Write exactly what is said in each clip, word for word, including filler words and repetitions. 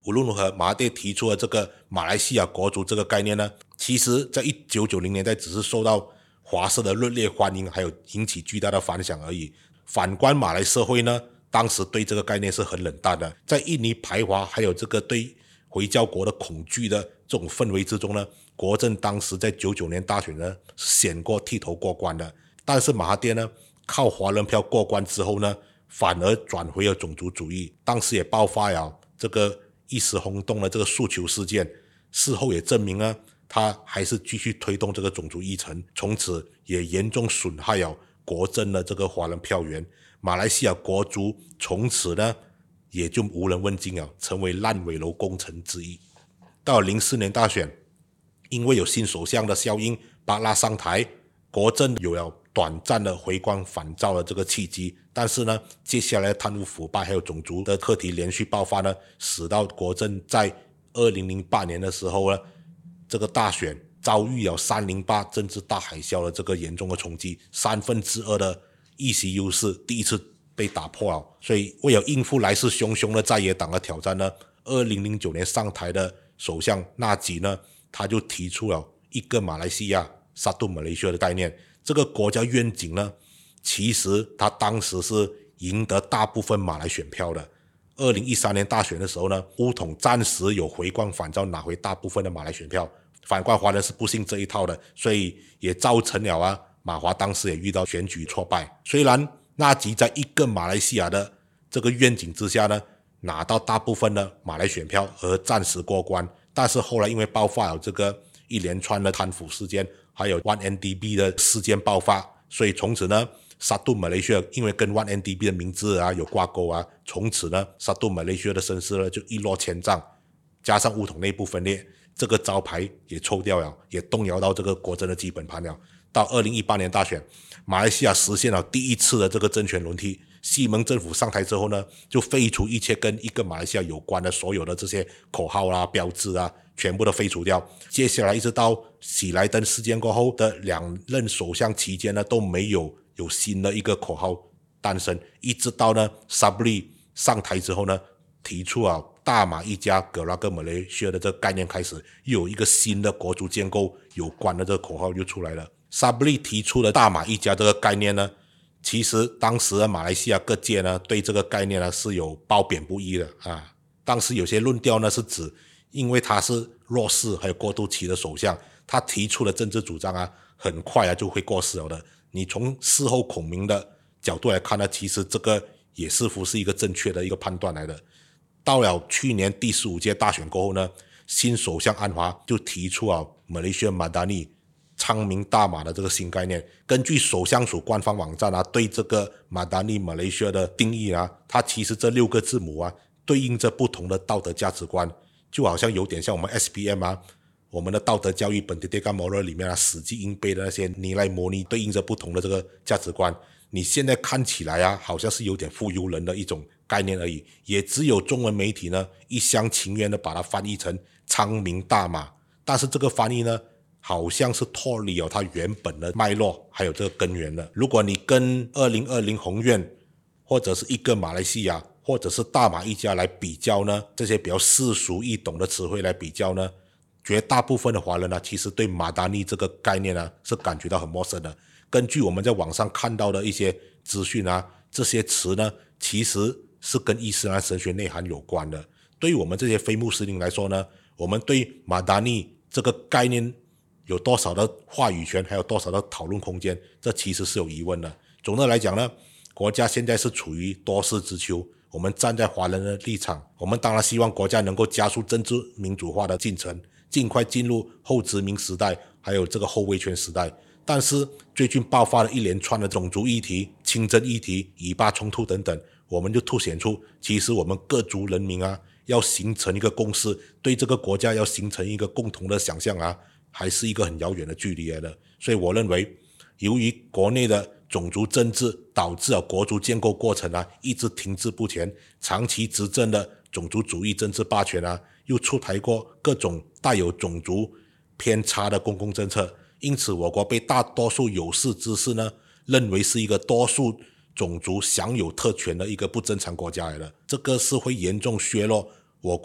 无论如何，马哈蒂提出了这个马来西亚国族这个概念呢，其实在一九九零年代只是受到华社的热烈欢迎，还有引起巨大的反响而已。反观马来社会呢，当时对这个概念是很冷淡的，在印尼排华还有这个对回教国的恐惧的这种氛围之中呢，国政当时在九九年大选呢险过剃头过关的。但是马哈蒂呢靠华人票过关之后呢，反而转回了种族主义，当时也爆发了这个一时轰动的这个诉求事件，事后也证明呢他还是继续推动这个种族议程，从此也严重损害了国政的这个华人票源。马来西亚国族从此呢也就无人问津了，成为烂尾楼工程之一。到了零四年大选，因为有新首相的效应，巴拉上台，国政有了短暂的回光返照的这个契机，但是呢接下来贪污腐败还有种族的课题连续爆发呢，使到国政在二零零八年的时候呢，这个大选遭遇了三零八政治大海啸的这个严重的冲击，三分之二的议席优势第一次被打破了。所以为了应付来势汹汹的在野党的挑战呢，二零零九年上台的首相纳吉呢，他就提出了一个马来西亚 Satu Malaysia 的概念。这个国家愿景呢，其实他当时是赢得大部分马来选票的。二零一三年大选的时候呢，巫统暂时有回光返照，拿回大部分的马来选票，反观华人是不信这一套的，所以也造成了啊马华当时也遇到选举挫败。虽然纳吉在一个马来西亚的这个愿景之下呢，拿到大部分的马来选票而暂时过关，但是后来因为爆发了这个一连串的贪腐事件，还有 one N D B 的事件爆发，所以从此呢Satu Malaysia 因为跟 one N D B 的名字啊有挂钩啊，从此呢 Satu Malaysia 的声势呢就一落千丈，加上巫统内部分裂，这个招牌也抽掉了，也动摇到这个国政的基本盘了。到二零一八年大选，马来西亚实现了第一次的这个政权轮替，西蒙政府上台之后呢，就废除一切跟一个马来西亚有关的所有的这些口号啦、标志啊，全部都废除掉。接下来一直到喜来登事件过后的两任首相期间呢，都没有有新的一个口号诞生，一直到呢 Sabri 上台之后呢，提出啊大马一家 Gerakan Malaysia 的这个概念开始，又有一个新的国族建构有关的这个口号又出来了。Sabri 提出的大马一家这个概念呢，其实当时的马来西亚各界呢对这个概念呢是有褒贬不一的啊。当时有些论调呢是指，因为他是弱势还有过渡期的首相，他提出的政治主张啊很快啊就会过时了的。你从事后孔明的角度来看呢，其实这个也似乎是一个正确的一个判断来的。到了去年第十五届大选过后呢，新首相安华就提出了 Malaysia Madani 昌明大马的这个新概念。根据首相署官方网站啊对这个 Madani Malaysia 的定义啊，它其实这六个字母啊对应着不同的道德价值观，就好像有点像我们 S P M 啊，我们的道德教育本地 Pendidikan Moral 里面啊死记硬背的那些尼赖摩尼对应着不同的这个价值观。你现在看起来啊好像是有点忽悠人的一种概念而已，也只有中文媒体呢一厢情愿的把它翻译成昌明大马，但是这个翻译呢好像是脱离了它原本的脉络还有这个根源了。如果你跟二零二零宏愿或者是一个马来西亚或者是大马一家来比较呢，这些比较世俗易懂的词汇来比较呢，绝大部分的华人呢其实对马达尼这个概念呢是感觉到很陌生的。根据我们在网上看到的一些资讯啊，这些词呢其实是跟伊斯兰神学内涵有关的。对于我们这些非穆斯林来说呢，我们对马达尼这个概念有多少的话语权，还有多少的讨论空间，这其实是有疑问的。总的来讲呢，国家现在是处于多事之秋，我们站在华人的立场，我们当然希望国家能够加速政治民主化的进程，尽快进入后殖民时代还有这个后威权时代。但是最近爆发了一连串的种族议题、清真议题、以巴冲突等等，我们就凸显出其实我们各族人民啊要形成一个共识，对这个国家要形成一个共同的想象啊，还是一个很遥远的距离来的。所以我认为由于国内的种族政治导致了国族建构过程啊一直停滞不前，长期执政的种族主义政治霸权啊又出台过各种带有种族偏差的公共政策，因此我国被大多数有识之士呢认为是一个多数种族享有特权的一个不正常国家来的。这个是会严重削弱我国的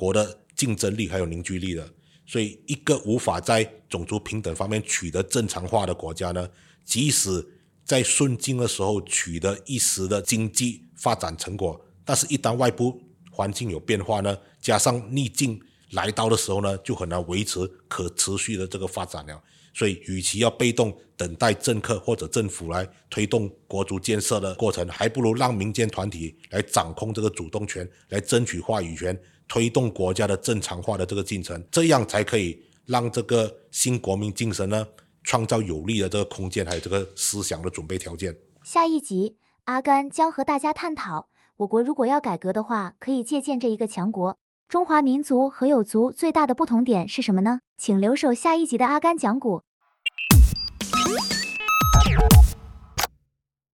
竞争力还有凝聚力的。所以一个无法在种族平等方面取得正常化的国家呢，即使在顺境的时候取得一时的经济发展成果，但是一旦外部环境有变化呢，加上逆境来到的时候呢，就很难维持可持续的这个发展了。所以与其要被动等待政客或者政府来推动国族建设的过程，还不如让民间团体来掌控这个主动权，来争取话语权，推动国家的正常化的这个进程，这样才可以让这个新国民精神呢创造有利的这个空间，还有这个思想的准备条件。 下一集，阿甘将和大家探讨，我国如果要改革的话，可以借鉴这一个强国。中华民族和有族最大的不同点是什么呢？请留守下一集的阿甘讲古。